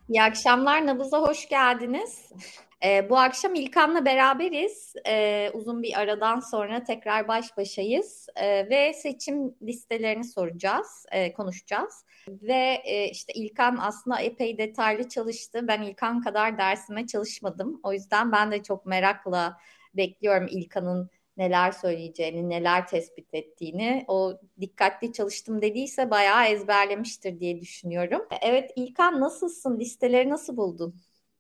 İyi akşamlar, Nabız'a hoş geldiniz. Bu akşam İlkan'la beraberiz. Uzun bir aradan sonra tekrar baş başayız. Ve seçim listelerini soracağız, konuşacağız. Ve işte İlkan aslında epey detaylı çalıştı. Ben İlkan kadar dersime çalışmadım. O yüzden ben de çok merakla bekliyorum İlkan'ın neler söyleyeceğini, neler tespit ettiğini. O dikkatli çalıştım dediyse bayağı ezberlemiştir diye düşünüyorum. Evet İlkan nasılsın? Listeleri nasıl buldun?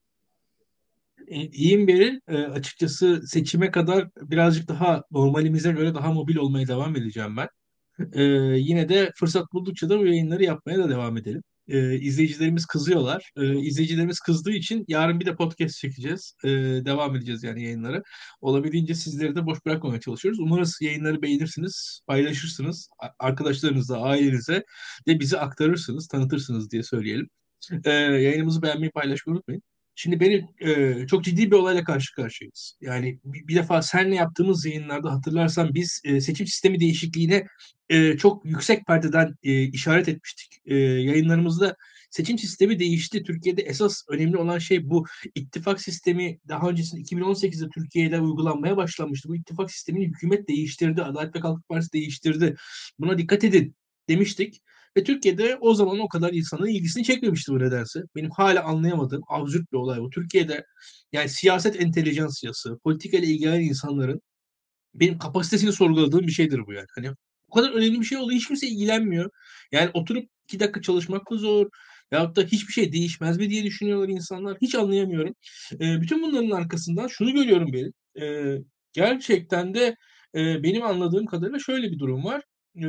İyiyim Beril. Açıkçası seçime kadar birazcık daha normalimize göre daha mobil olmaya devam edeceğim ben. Yine de fırsat buldukça da bu yayınları yapmaya da devam edelim. İzleyicilerimiz kızıyorlar. İzleyicilerimiz kızdığı için yarın bir de podcast çekeceğiz. Devam edeceğiz yani yayınları. Olabildiğince sizleri de boş bırakmamaya çalışıyoruz. Umarız yayınları beğenirsiniz, paylaşırsınız. Arkadaşlarınıza, ailenize de bizi aktarırsınız, tanıtırsınız diye söyleyelim. Yayınımızı beğenmeyi, paylaşmayı unutmayın. Şimdi benim çok ciddi bir olayla karşı karşıyayız. Yani bir defa seninle yaptığımız yayınlarda hatırlarsan biz seçim sistemi değişikliğine çok yüksek perdeden işaret etmiştik. Yayınlarımızda seçim sistemi değişti. Türkiye'de esas önemli olan şey bu. İttifak sistemi daha öncesinde 2018'de Türkiye'de uygulanmaya başlanmıştı. Bu ittifak sistemini hükümet değiştirdi. Adalet ve Kalkınma Partisi değiştirdi. Buna dikkat edin demiştik. Ve Türkiye'de o zaman o kadar insanın ilgisini çekmemişti bu nedense. Benim hala anlayamadığım absürt bir olay bu. Türkiye'de yani siyaset entelijansiyası, politika ile ilgilenen insanların benim kapasitesini sorguladığım bir şeydir bu yani. Hani o kadar önemli bir şey oldu. Hiç kimse ilgilenmiyor. Yani oturup 2 dakika çalışmak mı zor? Yahut da hiçbir şey değişmez mi diye düşünüyorlar insanlar. Hiç anlayamıyorum. Bütün bunların arkasından şunu görüyorum benim. Gerçekten de benim anladığım kadarıyla şöyle bir durum var. E,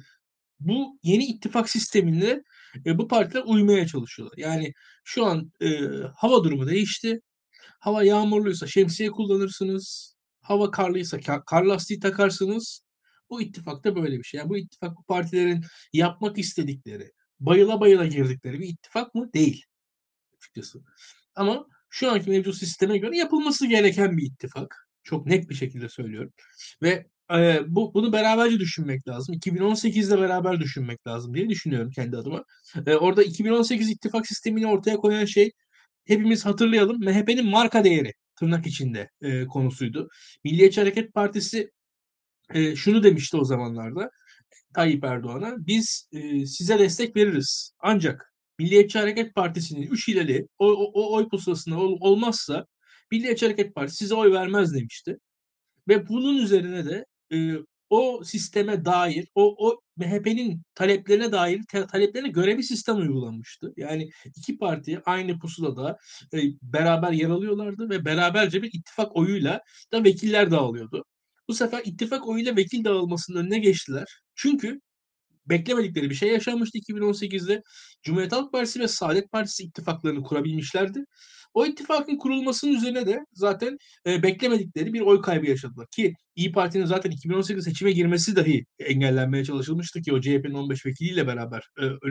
Bu yeni ittifak sistemine bu partiler uymaya çalışıyorlar. Yani şu an hava durumu değişti. Hava yağmurluysa şemsiye kullanırsınız. Hava karlıysa kar lastiği takarsınız. Bu ittifakta böyle bir şey. Yani bu ittifak bu partilerin yapmak istedikleri, bayıla bayıla girdikleri bir ittifak mı? Değil açıkçası. Ama şu anki mevcut sisteme göre yapılması gereken bir ittifak. Çok net bir şekilde söylüyorum. Ve bunu beraberce düşünmek lazım. 2018'de beraber düşünmek lazım diye düşünüyorum kendi adıma. Orada 2018 ittifak sistemini ortaya koyan şey hepimiz hatırlayalım. MHP'nin marka değeri tırnak içinde konusuydu. Milliyetçi Hareket Partisi şunu demişti o zamanlarda. Tayyip Erdoğan'a biz size destek veririz. Ancak Milliyetçi Hareket Partisi'nin 3 ileli o oy pusulasında olmazsa Milliyetçi Hareket Partisi size oy vermez demişti. Ve bunun üzerine de o sisteme dair, o MHP'nin taleplerine dair taleplerine göre bir sistem uygulanmıştı. Yani iki parti aynı pusulada beraber yer alıyorlardı ve beraberce bir ittifak oyuyla da vekiller dağılıyordu. Bu sefer ittifak oyuyla vekil dağılmasının önüne geçtiler. Çünkü beklemedikleri bir şey yaşanmıştı 2018'de. Cumhuriyet Halk Partisi ve Saadet Partisi ittifaklarını kurabilmişlerdi. O ittifakın kurulmasının üzerine de zaten beklemedikleri bir oy kaybı yaşadılar. Ki İyi Parti'nin zaten 2018 seçime girmesi dahi engellenmeye çalışılmıştı ki o CHP'nin 15 vekiliyle beraber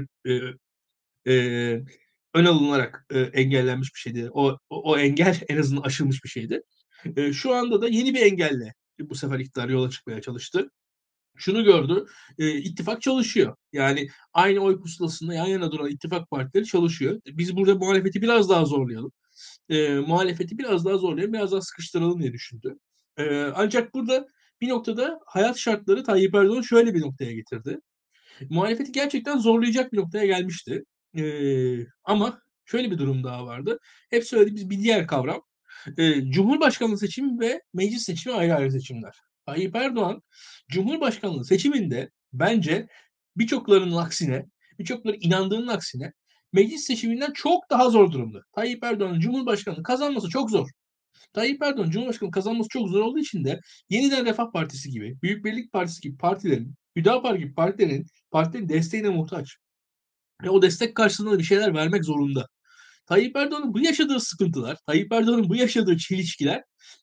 e, ön alınarak engellenmiş bir şeydi. O engel en azından aşılmış bir şeydi. Şu anda da yeni bir engelle bu sefer iktidar yola çıkmaya çalıştı. Şunu gördü. İttifak çalışıyor. Yani aynı oy pusulasında yan yana duran ittifak partileri çalışıyor. Biz burada muhalefeti biraz daha zorlayalım. Muhalefeti biraz daha zorlayalım, biraz daha sıkıştıralım diye düşündü. Ancak burada bir noktada hayat şartları Tayyip Erdoğan şöyle bir noktaya getirdi. Muhalefeti gerçekten zorlayacak bir noktaya gelmişti. Ama şöyle bir durum daha vardı. Hep söylediğimiz bir diğer kavram. Cumhurbaşkanlığı seçimi ve meclis seçimi ayrı ayrı seçimler. Tayyip Erdoğan Cumhurbaşkanlığı seçiminde bence birçoklarının aksine, birçokların inandığının aksine meclis seçiminden çok daha zor durumda. Tayyip Erdoğan'ın Cumhurbaşkanlığı kazanması çok zor. Tayyip Erdoğan Cumhurbaşkanı kazanması çok zor olduğu için de yeniden Refah Partisi gibi, Büyük Birlik Partisi gibi partilerin, Hüdapar gibi partilerin desteğine muhtaç. Ve o destek karşılığında bir şeyler vermek zorunda. Tayyip Erdoğan'ın bu yaşadığı sıkıntılar, Tayyip Erdoğan'ın bu yaşadığı çelişkiler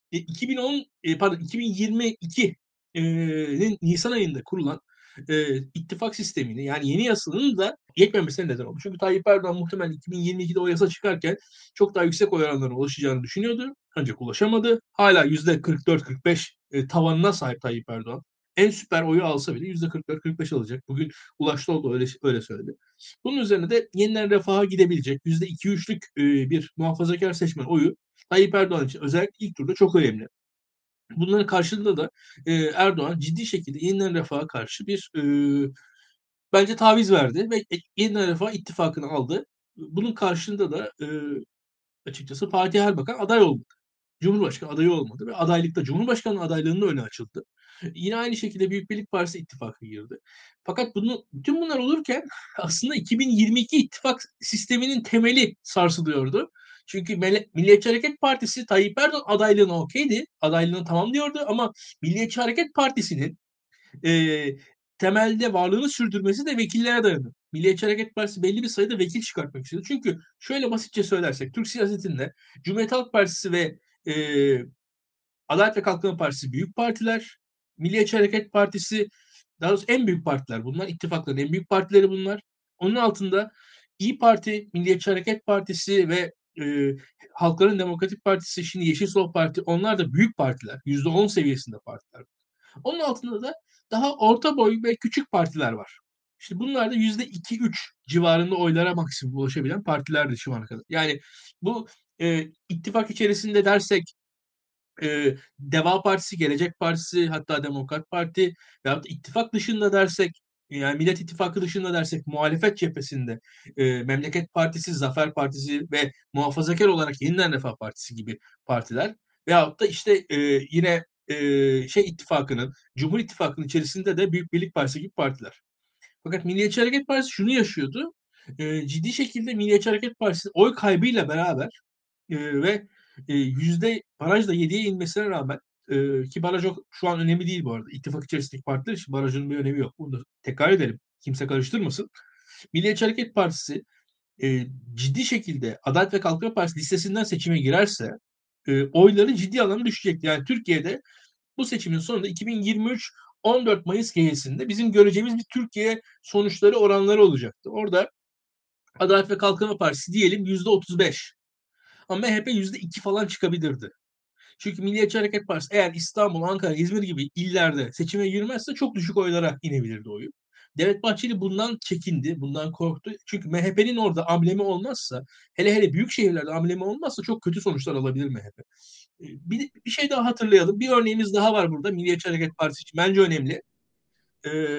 2022'nin Nisan ayında kurulan ittifak sistemini yani yeni yasanın da yetmemesine neden oldu. Çünkü Tayyip Erdoğan muhtemelen 2022'de o yasa çıkarken çok daha yüksek oy oranlarına ulaşacağını düşünüyordu. Ancak ulaşamadı. Hala %44-45 tavanına sahip Tayyip Erdoğan. en süper oyu alsa bile %44-45 alacak. Bugün Ulaş Doğulu öyle söyledi. Bunun üzerine de yeniden refaha gidebilecek %2-3'lük bir muhafazakar seçmen oyu Tayyip Erdoğan için özellikle ilk turda çok önemli. Bunların karşılığında da Erdoğan ciddi şekilde yeniden refaha karşı bir bence taviz verdi ve yeniden refah ittifakını aldı. Bunun karşılığında da açıkçası Fatih Erbakan aday oldu. Cumhurbaşkanı adayı olmadı ve adaylıkta Cumhurbaşkanı adaylığının önü açıldı. Yine aynı şekilde Büyük Birlik Partisi ittifakı girdi. Fakat bütün bunlar olurken aslında 2022 ittifak sisteminin temeli sarsılıyordu. Çünkü Milliyetçi Hareket Partisi Tayyip Erdoğan adaylığına okeydi. Adaylığını tamamlıyordu ama Milliyetçi Hareket Partisi'nin e, temelde varlığını sürdürmesi de vekillere dayanır. Milliyetçi Hareket Partisi belli bir sayıda vekil çıkartmak istiyor. Çünkü şöyle basitçe söylersek Türk siyasetinde Cumhuriyet Halk Partisi ve e, Adalet ve Kalkınma Partisi büyük partiler. Milliyetçi Hareket Partisi daha doğrusu en büyük partiler bunlar. İttifakların en büyük partileri bunlar. Onun altında İyi Parti, Milliyetçi Hareket Partisi ve Halkların Demokratik Partisi, şimdi Yeşil Sol Parti, onlar da büyük partiler. %10 seviyesinde partiler. Onun altında da daha orta boy ve küçük partiler var. İşte bunlar da %2-3 civarında oylara maksimum ulaşabilen partilerdi şu ana kadar. Yani bu ittifak içerisinde dersek Deva Partisi, Gelecek Partisi, hatta Demokrat Parti veyahut da ittifak dışında dersek, yani Millet İttifakı dışında dersek muhalefet cephesinde Memleket Partisi, Zafer Partisi ve muhafazakar olarak Yeniden Refah Partisi gibi partiler veyahut da işte yine ittifakının, Cumhur İttifakı'nın içerisinde de Büyük Birlik Partisi gibi partiler. Fakat Milliyetçi Hareket Partisi şunu yaşıyordu. Ciddi şekilde Milliyetçi Hareket Partisi oy kaybıyla beraber ve barajda 7'ye inmesine rağmen ki baraj şu an önemli değil bu arada. İttifak içerisindeki partiler için barajın bir önemi yok. Bunu da tekrar edelim. Kimse karıştırmasın. Milliyetçi Hareket Partisi ciddi şekilde Adalet ve Kalkınma Partisi listesinden seçime girerse oyları ciddi anlamda düşecek. Yani Türkiye'de bu seçimin sonunda 2023 14 Mayıs gecesinde bizim göreceğimiz bir Türkiye sonuçları oranları olacaktı. Orada Adalet ve Kalkınma Partisi diyelim %35. Ama MHP %2 falan çıkabilirdi. Çünkü Milliyetçi Hareket Partisi eğer İstanbul, Ankara, İzmir gibi illerde seçime girmezse çok düşük oylara inebilirdi oyu. Devlet Bahçeli bundan çekindi, bundan korktu. Çünkü MHP'nin orada amblemi olmazsa, hele hele büyük şehirlerde amblemi olmazsa çok kötü sonuçlar alabilir MHP. Bir şey daha hatırlayalım. Bir örneğimiz daha var burada Milliyetçi Hareket Partisi için. Bence önemli. Ee,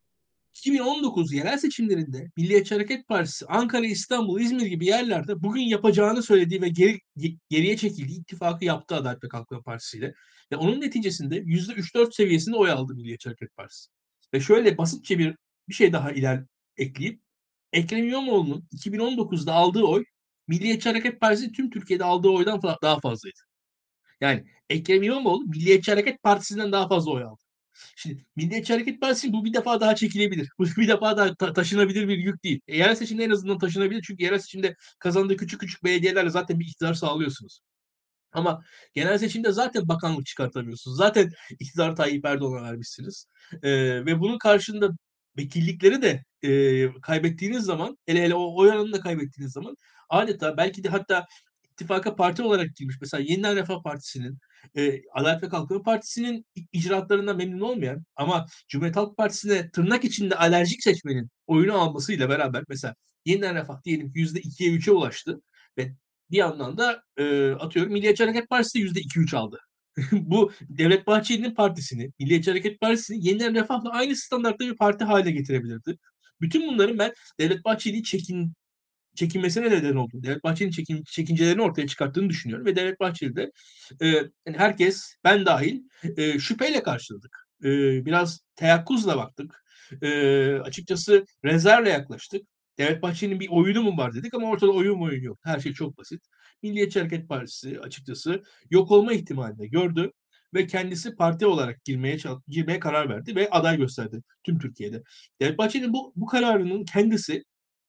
2019 yerel seçimlerinde Milliyetçi Hareket Partisi Ankara, İstanbul, İzmir gibi yerlerde bugün yapacağını söylediği ve geriye çekildiği ittifakı yaptı Adalet ve Kalkınma Partisi ile. Ve onun neticesinde %3-4 seviyesinde oy aldı Milliyetçi Hareket Partisi. Ve şöyle basitçe bir şey daha ekleyip Ekrem İmamoğlu'nun 2019'da aldığı oy Milliyetçi Hareket Partisi'nin tüm Türkiye'de aldığı oydan daha fazlaydı. Yani Ekrem İmamoğlu Milliyetçi Hareket Partisi'nden daha fazla oy aldı. Şimdi Milliyetçi Hareket Partisi bu bir defa daha çekilebilir. Bu bir defa daha taşınabilir bir yük değil. Yerel seçimde en azından taşınabilir. Çünkü yerel seçimde kazandığı küçük küçük belediyelerle zaten bir iktidar sağlıyorsunuz. Ama genel seçimde zaten bakanlık çıkartamıyorsunuz. Zaten iktidarı Tayyip Erdoğan'a vermişsiniz. Ve bunun karşında vekillikleri de kaybettiğiniz zaman, hele hele o oy oranını da kaybettiğiniz zaman adeta belki de hatta ittifaka parti olarak girmiş. Mesela Yeniden Refah Partisi'nin, Adalet ve Kalkınma Partisi'nin icraatlarından memnun olmayan ama Cumhuriyet Halk Partisi'ne tırnak içinde alerjik seçmenin oyunu almasıyla beraber mesela Yeniden Refah diyelim %2'ye 3'e ulaştı ve bir yandan da atıyorum Milliyetçi Hareket Partisi de %2-3 aldı. Bu Devlet Bahçeli'nin partisini, Milliyetçi Hareket Partisi'ni Yeniden Refah'la aynı standartta bir parti haline getirebilirdi. Bütün bunların ben Devlet Bahçeli'yi çekinmesine neden oldu. Devlet Bahçeli'nin çekincelerini ortaya çıkarttığını düşünüyorum ve Devlet Bahçeli de yani herkes, ben dahil şüpheyle karşıladık. Biraz teyakkuzla baktık. Açıkçası rezervle yaklaştık. Devlet Bahçeli'nin bir oyunu mu var dedik ama ortada oyun yok. Her şey çok basit. Milliyetçi Hareket Partisi açıkçası yok olma ihtimalini gördü ve kendisi parti olarak girmeye karar verdi ve aday gösterdi tüm Türkiye'de. Devlet Bahçeli'nin bu kararının kendisi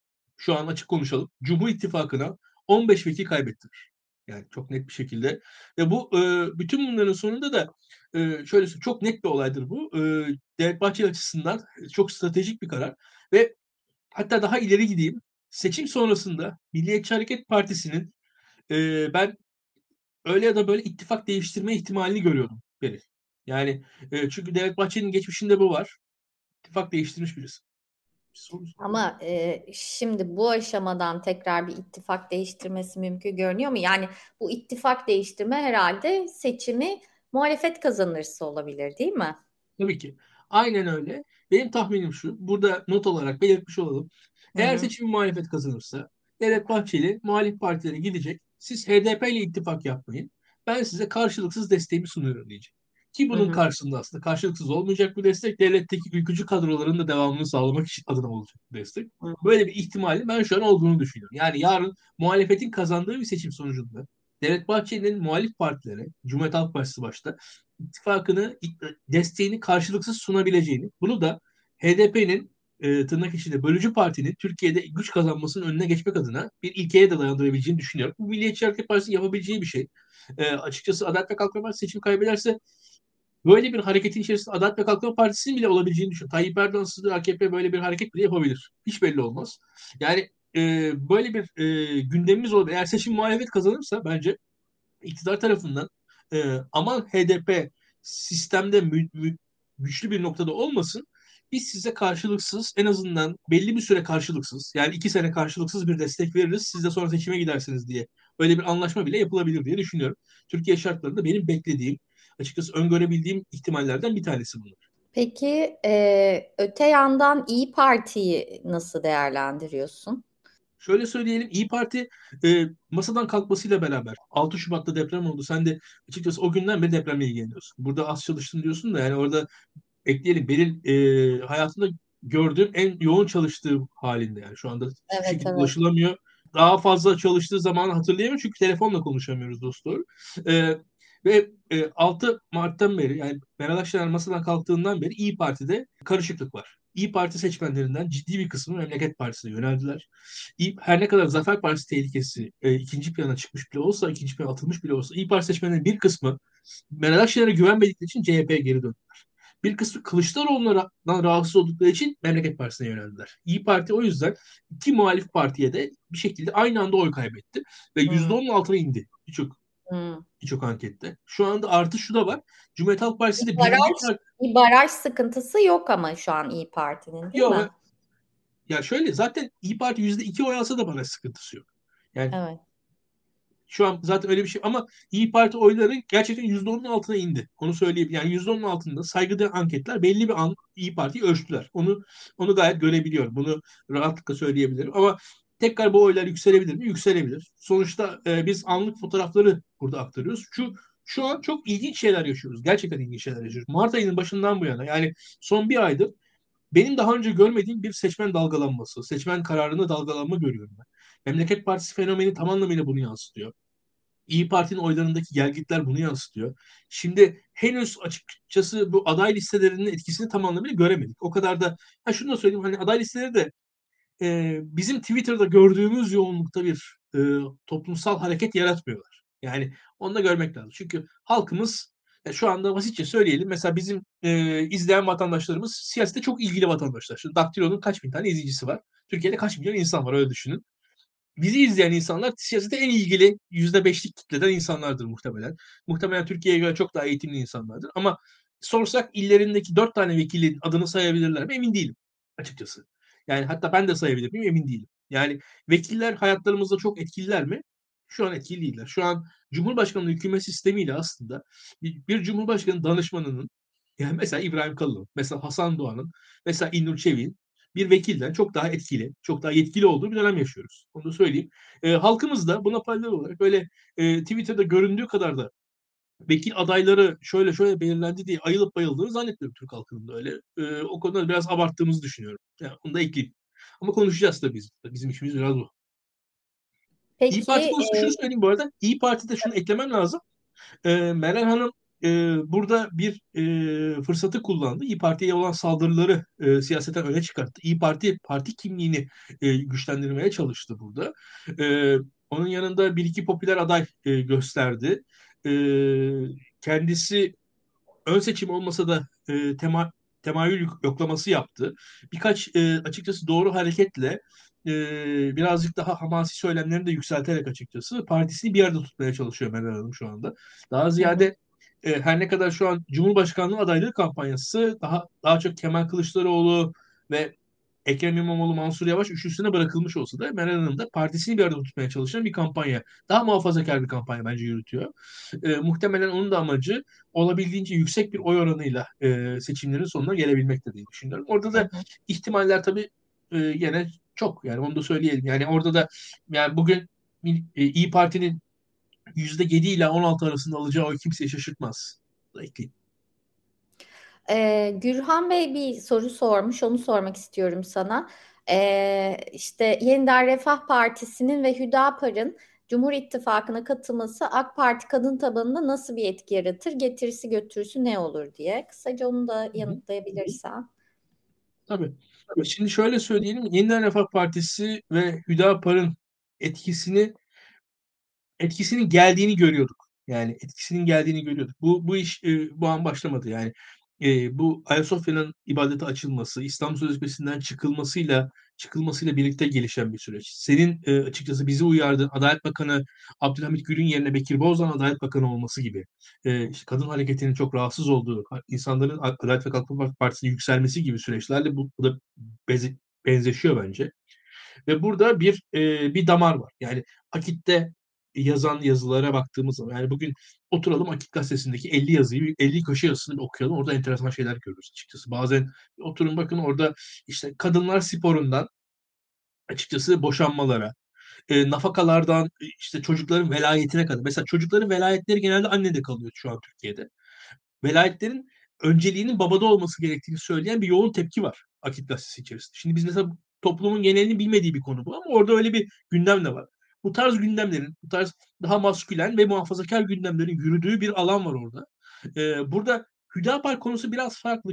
şu an açık konuşalım. Cumhur İttifakı'na 15 vekil kaybettirir. Yani çok net bir şekilde. Ve bu bütün bunların sonunda da şöyle çok net bir olaydır bu. Devlet Bahçeli açısından çok stratejik bir karar. Ve hatta daha ileri gideyim. Seçim sonrasında Milliyetçi Hareket Partisi'nin ben öyle ya da böyle ittifak değiştirme ihtimalini görüyordum. Beri. Yani çünkü Devlet Bahçeli'nin geçmişinde bu var. İttifak değiştirmiş birisi. Bir soru sorayım. Ama şimdi bu aşamadan tekrar bir ittifak değiştirmesi mümkün görünüyor mu? Yani bu ittifak değiştirme herhalde seçimi muhalefet kazanırsa olabilir, değil mi? Tabii ki. Aynen öyle. Benim tahminim şu. Burada not olarak belirtmiş olalım. Hı Eğer hı. seçimi muhalefet kazanırsa Devlet Bahçeli muhalif partilere gidecek. Siz HDP ile ittifak yapmayın. Ben size karşılıksız desteğimi sunuyorum diyecek. Ki Hı bunun hı. karşısında aslında karşılıksız olmayacak bir destek. Devletteki ülkücü kadroların da devamını sağlamak için adına olacak bir destek. Hı Böyle bir ihtimali ben şu an olduğunu düşünüyorum. Yani yarın muhalefetin kazandığı bir seçim sonucunda Devlet Bahçeli'nin muhalif partilere, Cumhuriyet Halk Partisi başta ittifakını, desteğini karşılıksız sunabileceğini, bunu da HDP'nin tırnak içinde bölücü partinin Türkiye'de güç kazanmasının önüne geçmek adına bir ilkeye de dayandırabileceğini düşünüyorum. Bu Milliyetçi Hareket Partisi'nin yapabileceği bir şey. Açıkçası Adalet ve Kalkınma Partisi seçim kaybederse böyle bir hareketin içerisinde Adalet ve Kalkınma Partisi'nin bile olabileceğini düşünüyorum. Tayyip Erdoğan'sız AKP böyle bir hareket bile yapabilir. Hiç belli olmaz. Yani böyle bir gündemimiz olabilir. Eğer seçim muhalefet kazanırsa bence iktidar tarafından aman HDP sistemde güçlü bir noktada olmasın. Biz size karşılıksız en azından belli bir süre karşılıksız yani 2 sene karşılıksız bir destek veririz. Siz de sonra seçime gidersiniz diye. Öyle bir anlaşma bile yapılabilir diye düşünüyorum. Türkiye şartlarında benim beklediğim, açıkçası öngörebildiğim ihtimallerden bir tanesi bunlar. Peki öte yandan İyi Parti'yi nasıl değerlendiriyorsun? Şöyle söyleyelim, İyi Parti masadan kalkmasıyla beraber 6 Şubat'ta deprem oldu. Sen de açıkçası o günden beri depremle ilgileniyorsun. Burada az çalıştın diyorsun da yani orada ekleyelim. Benim hayatımda gördüğüm en yoğun çalıştığı halinde yani şu anda hiçbir Evet, şekilde evet. ulaşılamıyor. Daha fazla çalıştığı zamanı hatırlayamıyorum çünkü telefonla konuşamıyoruz dostlar. E, ve 6 Mart'tan beri yani Meral Akşener masadan kalktığından beri İyi Parti'de karışıklık var. İyi Parti seçmenlerinden ciddi bir kısmı Memleket Partisi'ne yöneldiler. Her ne kadar Zafer Partisi tehlikesi ikinci plana çıkmış bile olsa, ikinci plana atılmış bile olsa İyi Parti seçmenlerinin bir kısmı Meral Akşener'e güvenmedikleri için CHP'ye geri döndü. Bir kısmı Kılıçdaroğlu'ndan rahatsız oldukları için Memleket Partisi'ne yöneldiler. İyi Parti o yüzden iki muhalif partiye de bir şekilde aynı anda oy kaybetti. Ve Hmm, %10'un altına indi hmm. birçok ankette. Şu anda artı şu da var. Cumhuriyet Halk Partisi Bir de birinci baraj, plak... bir baraj sıkıntısı yok ama şu an İyi Parti'nin, değil mi? Yok, ya şöyle zaten İyi Parti %2 oy alsa da bana sıkıntısı yok. Yani Evet. şu an zaten öyle bir şey ama İyi Parti oyları gerçekten %10'un altına indi. Onu söyleyeyim. Yani %10'un altında saygıdeğer anketler belli bir an İyi Parti'yi ölçtüler. Onu gayet görebiliyorum. Bunu rahatlıkla söyleyebilirim. Ama tekrar bu oylar yükselebilir mi? Yükselebilir. Sonuçta biz anlık fotoğrafları burada aktarıyoruz. Şu an çok ilginç şeyler yaşıyoruz. Gerçekten ilginç şeyler yaşıyoruz. Mart ayının başından bu yana yani son bir aydır benim daha önce görmediğim bir seçmen dalgalanması, seçmen kararında dalgalanma görüyorum ben. Memleket Partisi fenomeni tam anlamıyla bunu yansıtıyor. İyi Parti'nin oylarındaki gelgitler bunu yansıtıyor. Şimdi henüz açıkçası bu aday listelerinin etkisini tam anlamıyla göremedik. O kadar da ha şunu da söyleyeyim hani aday listeleri de bizim Twitter'da gördüğümüz yoğunlukta bir toplumsal hareket yaratmıyorlar. Yani onu da görmek lazım. Çünkü halkımız şu anda basitçe söyleyelim. Mesela bizim izleyen vatandaşlarımız siyasete çok ilgili vatandaşlar. Şimdi Daktilo'nun kaç bin tane izleyicisi var? Türkiye'de kaç milyon insan var öyle düşünün. Bizi izleyen insanlar siyasete en ilgili %5'lik kitleden insanlardır muhtemelen. Muhtemelen Türkiye'ye göre çok daha eğitimli insanlardır. Ama sorsak illerindeki 4 tane vekilin adını sayabilirler mi? Emin değilim açıkçası. Yani hatta ben de sayabilir miyim? Emin değilim. Yani vekiller hayatlarımızda çok etkililer mi? Şu an etkili değiller. Şu an Cumhurbaşkanlığı hükümet sistemiyle aslında bir Cumhurbaşkanı danışmanının yani mesela İbrahim Kalın'ın, mesela Hasan Doğan'ın, mesela İlnur Çevik'in bir vekilden çok daha etkili, çok daha yetkili olduğu bir dönem yaşıyoruz. Onu da söyleyeyim. Halkımız da buna paralel olarak böyle Twitter'da göründüğü kadar da vekil adayları şöyle şöyle belirlendi diye ayılıp bayıldığını zannetmiyorum Türk halkının da öyle. O konuda biraz abarttığımızı düşünüyorum. Yani onu da ekleyeyim. Ama konuşacağız tabii biz. Bizim işimiz biraz bu. İyi Parti Peki konusunda şunu söyleyeyim bu arada. İyi Parti'de şunu eklemem lazım. Meral Hanım burada bir fırsatı kullandı. İyi Parti'ye olan saldırıları siyaseten öne çıkarttı. İyi Parti kimliğini güçlendirmeye çalıştı burada. E, Onun yanında bir iki popüler aday gösterdi. E, Kendisi ön seçim olmasa da temayül yoklaması yaptı. Birkaç açıkçası doğru hareketle birazcık daha hamasi söylemlerini de yükselterek açıkçası partisini bir yerde tutmaya çalışıyor Meral Hanım şu anda. Daha hı hı, ziyade Her ne kadar şu an Cumhurbaşkanlığı adaylığı kampanyası daha çok Kemal Kılıçdaroğlu ve Ekrem İmamoğlu, Mansur Yavaş üçlüsüne bırakılmış olsa da Meral Hanım da partisini bir arada tutmaya çalışan bir kampanya. Daha muhafazakar bir kampanya bence yürütüyor. Muhtemelen onun da amacı olabildiğince yüksek bir oy oranıyla seçimlerin sonuna gelebilmektir diye düşünüyorum. Orada Hı da hı. ihtimaller tabii yine çok, yani onu da söyleyelim. Yani orada da yani bugün İyi Parti'nin %7 ile 16 arasında alacağı oy kimseyi şaşırtmaz. Ekleyeyim. Gürhan Bey bir soru sormuş, onu sormak istiyorum sana. İşte Yeniden Refah Partisi'nin ve Hüdapar'ın Cumhur İttifakı'na katılması AK Parti kadın tabanında nasıl bir etki yaratır, getirisi götürüsü ne olur diye. Kısaca onu da Hı hı. yanıtlayabilirsen. Tabii. Şimdi şöyle söyleyelim. Yeniden Refah Partisi ve Hüdapar'ın etkisini etkisinin geldiğini görüyorduk. Yani etkisinin geldiğini görüyorduk. Bu iş bu an başlamadı yani. Bu Ayasofya'nın ibadete açılması, İslam Sözleşmesi'nden çıkılmasıyla birlikte gelişen bir süreç. Senin açıkçası bizi uyardığın Adalet Bakanı Abdülhamit Gül'ün yerine Bekir Bozdağ Adalet Bakanı olması gibi, işte kadın hareketinin çok rahatsız olduğu, insanların Adalet ve Kalkınma Partisi'ne yükselmesi gibi süreçlerle bu da benzeşiyor bence. Ve burada bir damar var. Yani Akit'te yazan yazılara baktığımız zaman, yani bugün oturalım Akit gazetesindeki 50 yazıyı, 50 köşe yazısını bir okuyalım. Orada enteresan şeyler görürüz açıkçası. Bazen oturun bakın orada işte kadınlar sporundan açıkçası boşanmalara, nafakalardan işte çocukların velayetine kadar. Mesela çocukların velayetleri genelde annede kalıyor şu an Türkiye'de. Velayetlerin önceliğinin babada olması gerektiğini söyleyen bir yoğun tepki var Akit Gazetesi içerisinde. Şimdi biz mesela toplumun genelinin bilmediği bir konu bu ama orada öyle bir gündem de var. Bu tarz daha maskülen ve muhafazakar gündemlerin yürüdüğü bir alan var orada. Burada Hüdapar konusu biraz farklı.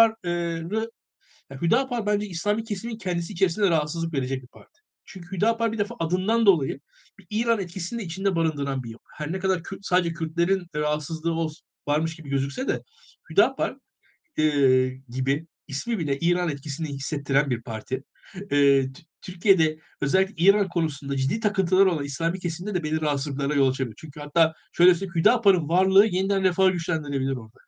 Hüdapar bence İslami kesimin kendisi içerisinde rahatsızlık verecek bir parti. Çünkü Hüdapar bir defa adından dolayı bir İran etkisini de içinde barındıran bir yapı. Her ne kadar sadece Kürtlerin rahatsızlığı varmış gibi gözükse de Hüdapar gibi ismi bile İran etkisini hissettiren bir parti. Türkiye'de özellikle İran konusunda ciddi takıntıları olan İslami kesimde de belirli rahatsızlıklara yol açabilir. Çünkü hatta şöyle söyleyeyim, Hüdapar'ın varlığı yeniden refahı güçlendirebilir orada.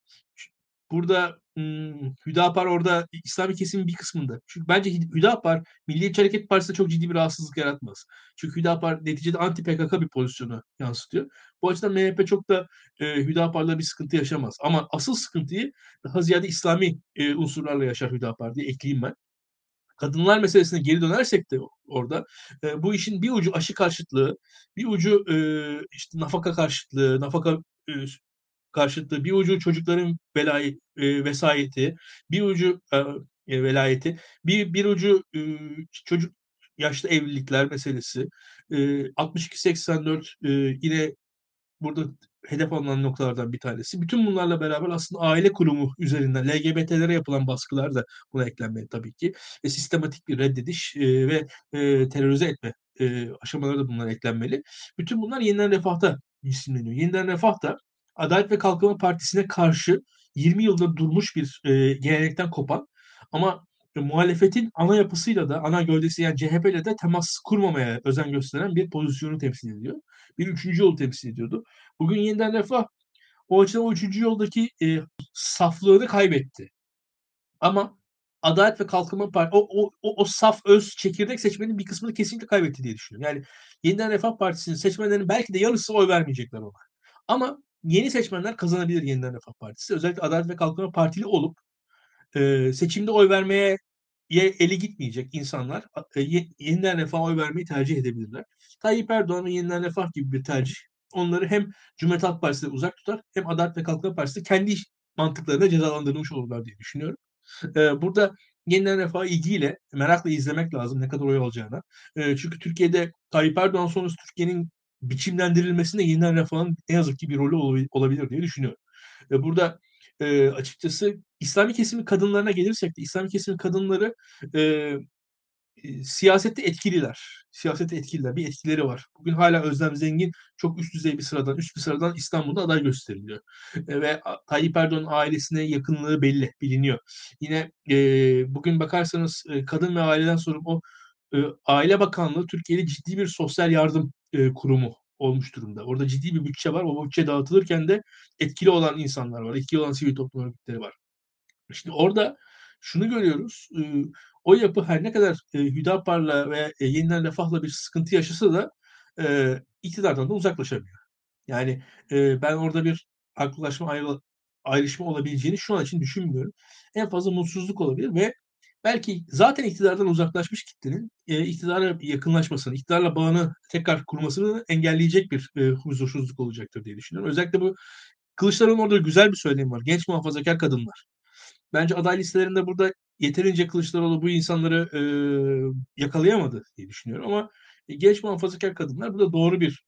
Burada Hüdapar orada İslami kesimin bir kısmında. Çünkü bence Hüdapar Milliyetçi Hareket Partisi'nde çok ciddi bir rahatsızlık yaratmaz. Çünkü Hüdapar neticede anti PKK bir pozisyonu yansıtıyor. Bu açıdan MHP çok da Hüdapar'la bir sıkıntı yaşamaz. Ama asıl sıkıntıyı daha ziyade İslami unsurlarla yaşar Hüdapar diye ekleyeyim ben. Kadınlar meselesine geri dönersek de orada bu işin bir ucu aşı karşıtlığı, bir ucu işte nafaka karşıtlığı, nafaka e, karşıtlığı, bir ucu çocukların vesayeti, bir ucu velayeti, bir ucu çocuk yaşlı evlilikler meselesi, 62-84 yine burada hedef alınan noktalardan bir tanesi. Bütün bunlarla beraber aslında aile kurumu üzerinden LGBT'lere yapılan baskılar da buna eklenmeli tabii ki. Sistematik bir reddediş ve terörize etme aşamaları da bunlara eklenmeli. Bütün bunlar Yeniden Refah'ta isimleniyor. Yeniden Refah da Adalet ve Kalkınma Partisi'ne karşı 20 yıldır durmuş bir gelenekten kopan ama muhalefetin ana yapısıyla da ana gövdesi yani CHP ile de temas kurmamaya özen gösteren bir pozisyonu temsil ediyor. Bir üçüncü yolu temsil ediyordu. Bugün Yeniden Refah o açıdan o üçüncü yoldaki saflığını kaybetti. Ama Adalet ve Kalkınma Partisi o saf öz çekirdek seçmenin bir kısmını kesinlikle kaybetti diye düşünüyorum. Yani Yeniden Refah Partisi'nin seçmenlerinin belki de yarısı oy vermeyecekler ona. Ama yeni seçmenler kazanabilir Yeniden Refah Partisi. Özellikle Adalet ve Kalkınma Partili olup seçimde oy vermeye eli gitmeyecek insanlar Yeniden Refah'a oy vermeyi tercih edebilirler. Tayyip Erdoğan ve Yeniden Refah gibi bir tercih onları hem Cumhuriyet Halk Partisi'ne uzak tutar hem Adalet ve Kalkınma Partisi'ne kendi mantıklarına cezalandırılmış olurlar diye düşünüyorum. Burada Yeniden Refah ilgiyle, merakla izlemek lazım ne kadar oy alacağına. Çünkü Türkiye'de Tayyip Erdoğan sonrası Türkiye'nin biçimlendirilmesinde Yeniden Refah'ın ne yazık ki bir rolü olabilir diye düşünüyorum. Burada açıkçası İslami kesimin kadınlarına gelirsek de İslami kesimin kadınları e, siyasette etkililer. Siyasette etkililer. Bir etkileri var. Bugün hala Özlem Zengin çok üst bir sıradan İstanbul'da aday gösteriliyor. Ve Tayyip Erdoğan'ın ailesine yakınlığı belli, biliniyor. Yine bugün bakarsanız kadın ve aileden sorumlu o Aile Bakanlığı Türkiye'de ciddi bir sosyal yardım kurumu. olmuş durumda. Orada ciddi bir bütçe var. O bütçe dağıtılırken de etkili olan insanlar var. Etkili olan sivil toplum örgütleri var. Şimdi orada şunu görüyoruz. O yapı her ne kadar Hüdapar'la ve Yeniden Refah'la bir sıkıntı yaşasa da iktidardan da uzaklaşamıyor. Yani ben orada bir farklılaşma, ayrışma olabileceğini şu an için düşünmüyorum. En fazla mutsuzluk olabilir ve belki zaten iktidardan uzaklaşmış kitlenin iktidara yakınlaşmasını, iktidarla bağını tekrar kurmasını engelleyecek bir huzursuzluk olacaktır diye düşünüyorum. Özellikle bu Kılıçdaroğlu'nun orada güzel bir söylemi var. Genç muhafazakar kadınlar. Bence aday listelerinde burada yeterince Kılıçdaroğlu bu insanları yakalayamadı diye düşünüyorum ama genç muhafazakar kadınlar burada doğru bir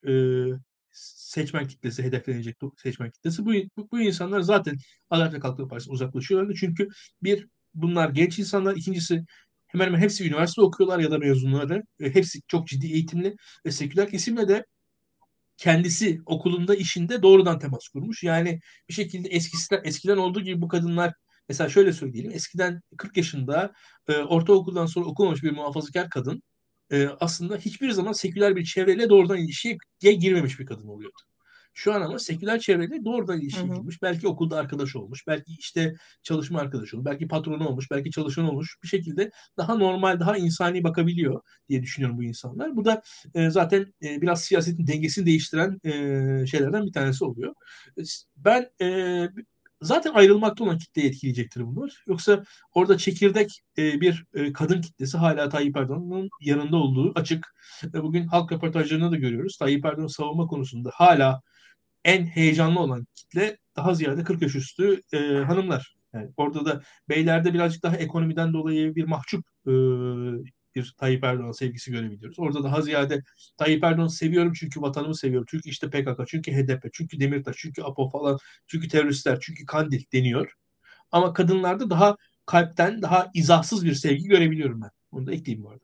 seçmen kitlesi, hedeflenecek seçmen kitlesi. Bu insanlar zaten Adalet ve Kalkınma Partisi'ne uzaklaşıyorlardı. Çünkü bir, bunlar genç insanlar. İkincisi, hemen hemen hepsi üniversite okuyorlar ya da mezunları. Hepsi çok ciddi eğitimli ve seküler kesimle de kendisi okulunda, işinde doğrudan temas kurmuş. Yani bir şekilde eskiden olduğu gibi bu kadınlar, mesela şöyle söyleyelim, eskiden 40 yaşında ortaokuldan sonra okumamış bir muhafazakar kadın aslında hiçbir zaman seküler bir çevreyle doğrudan ilişkiye girmemiş bir kadın oluyordu. Şu an ama seküler çevreyle doğrudan Hı ilişkiye hı. girmiş. Belki okulda arkadaş olmuş, belki işte çalışma arkadaşı olmuş, belki patronu olmuş, belki çalışan olmuş. Bir şekilde daha normal, daha insani bakabiliyor diye düşünüyorum bu insanlar. Bu da zaten biraz siyasetin dengesini değiştiren şeylerden bir tanesi oluyor. Ben zaten ayrılmakta olan kitleyi etkileyecektir bunlar. Yoksa orada çekirdek bir kadın kitlesi hala Tayyip Erdoğan'ın yanında olduğu açık. Bugün halk röportajlarında da görüyoruz. Tayyip Erdoğan'ı savunma konusunda hala en heyecanlı olan kitle daha ziyade 40 yaş üstü hanımlar. Yani orada da beylerde birazcık daha ekonomiden dolayı bir mahcup bir Tayyip Erdoğan sevgisi görebiliyoruz. Orada daha ziyade Tayyip Erdoğan'ı seviyorum çünkü vatanımı seviyorum. Çünkü işte PKK, çünkü HDP, çünkü Demirtaş, çünkü APO falan, çünkü teröristler, çünkü Kandil deniyor. Ama kadınlarda daha kalpten, daha izahsız bir sevgi görebiliyorum ben. Onu da ekleyeyim bu arada.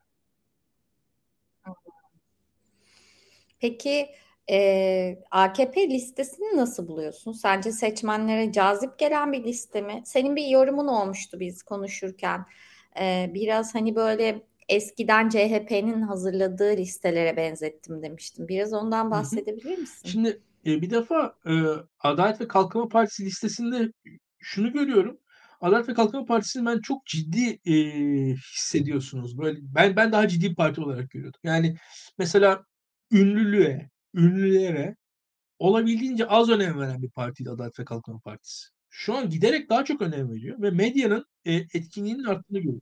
Peki AKP listesini nasıl buluyorsun? Sence seçmenlere cazip gelen bir liste mi? Senin bir yorumun olmuştu biz konuşurken. Biraz hani böyle eskiden CHP'nin hazırladığı listelere benzettim demiştim. Biraz ondan Hı hı. bahsedebilir misin? Şimdi bir defa Adalet ve Kalkınma Partisi listesinde şunu görüyorum. Adalet ve Kalkınma Partisi'ni ben çok ciddi hissediyorsunuz. Böyle ben daha ciddi bir parti olarak görüyordum. Yani mesela ünlülere olabildiğince az önem veren bir partiydi Adalet ve Kalkınma Partisi. Şu an giderek daha çok önem veriyor ve medyanın etkinliğinin arttığını görüyoruz.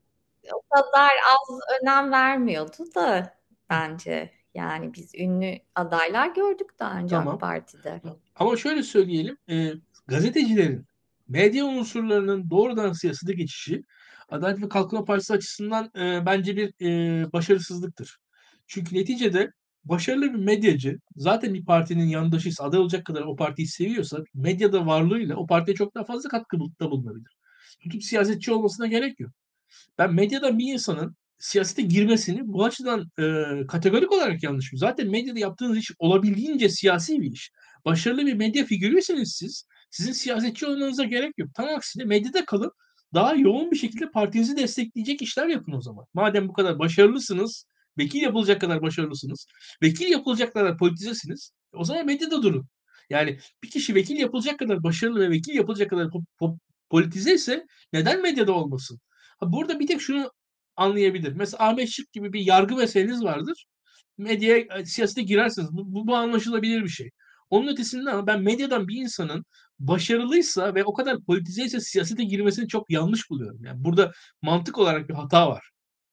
O kadar az önem vermiyordu da bence. Yani biz ünlü adaylar gördük daha önce AK Tamam. Parti'de. Ama şöyle söyleyelim, gazetecilerin, medya unsurlarının doğrudan siyasete geçişi Adalet ve Kalkınma Partisi açısından bence bir başarısızlıktır. Çünkü neticede başarılı bir medyacı zaten bir partinin yandaşıysa, aday olacak kadar o partiyi seviyorsa medyada varlığıyla o partiye çok daha fazla katkıda bulunabilir. Tutup siyasetçi olmasına gerek yok. Ben medyada bir insanın siyasete girmesini bu açıdan kategorik olarak yanlış buluyorum. Zaten medyada yaptığınız iş olabildiğince siyasi bir iş. Başarılı bir medya figürüyseniz sizin siyasetçi olmanıza gerek yok. Tam aksine medyada kalıp daha yoğun bir şekilde partinizi destekleyecek işler yapın o zaman. Madem bu kadar başarılısınız, vekil yapılacak kadar başarılısınız, vekil yapılacak kadar politizesiniz, o zaman medyada durun. Yani bir kişi vekil yapılacak kadar başarılı ve vekil yapılacak kadar politize ise neden medyada olmasın? Burada bir tek şunu anlayabilir. Mesela Ahmet Şık gibi bir yargı meseleniz vardır. Medyaya, siyasete girersiniz. Bu anlaşılabilir bir şey. Onun ötesinde ama ben medyadan bir insanın başarılıysa ve o kadar politizeyse siyasete girmesini çok yanlış buluyorum. Yani burada mantık olarak bir hata var.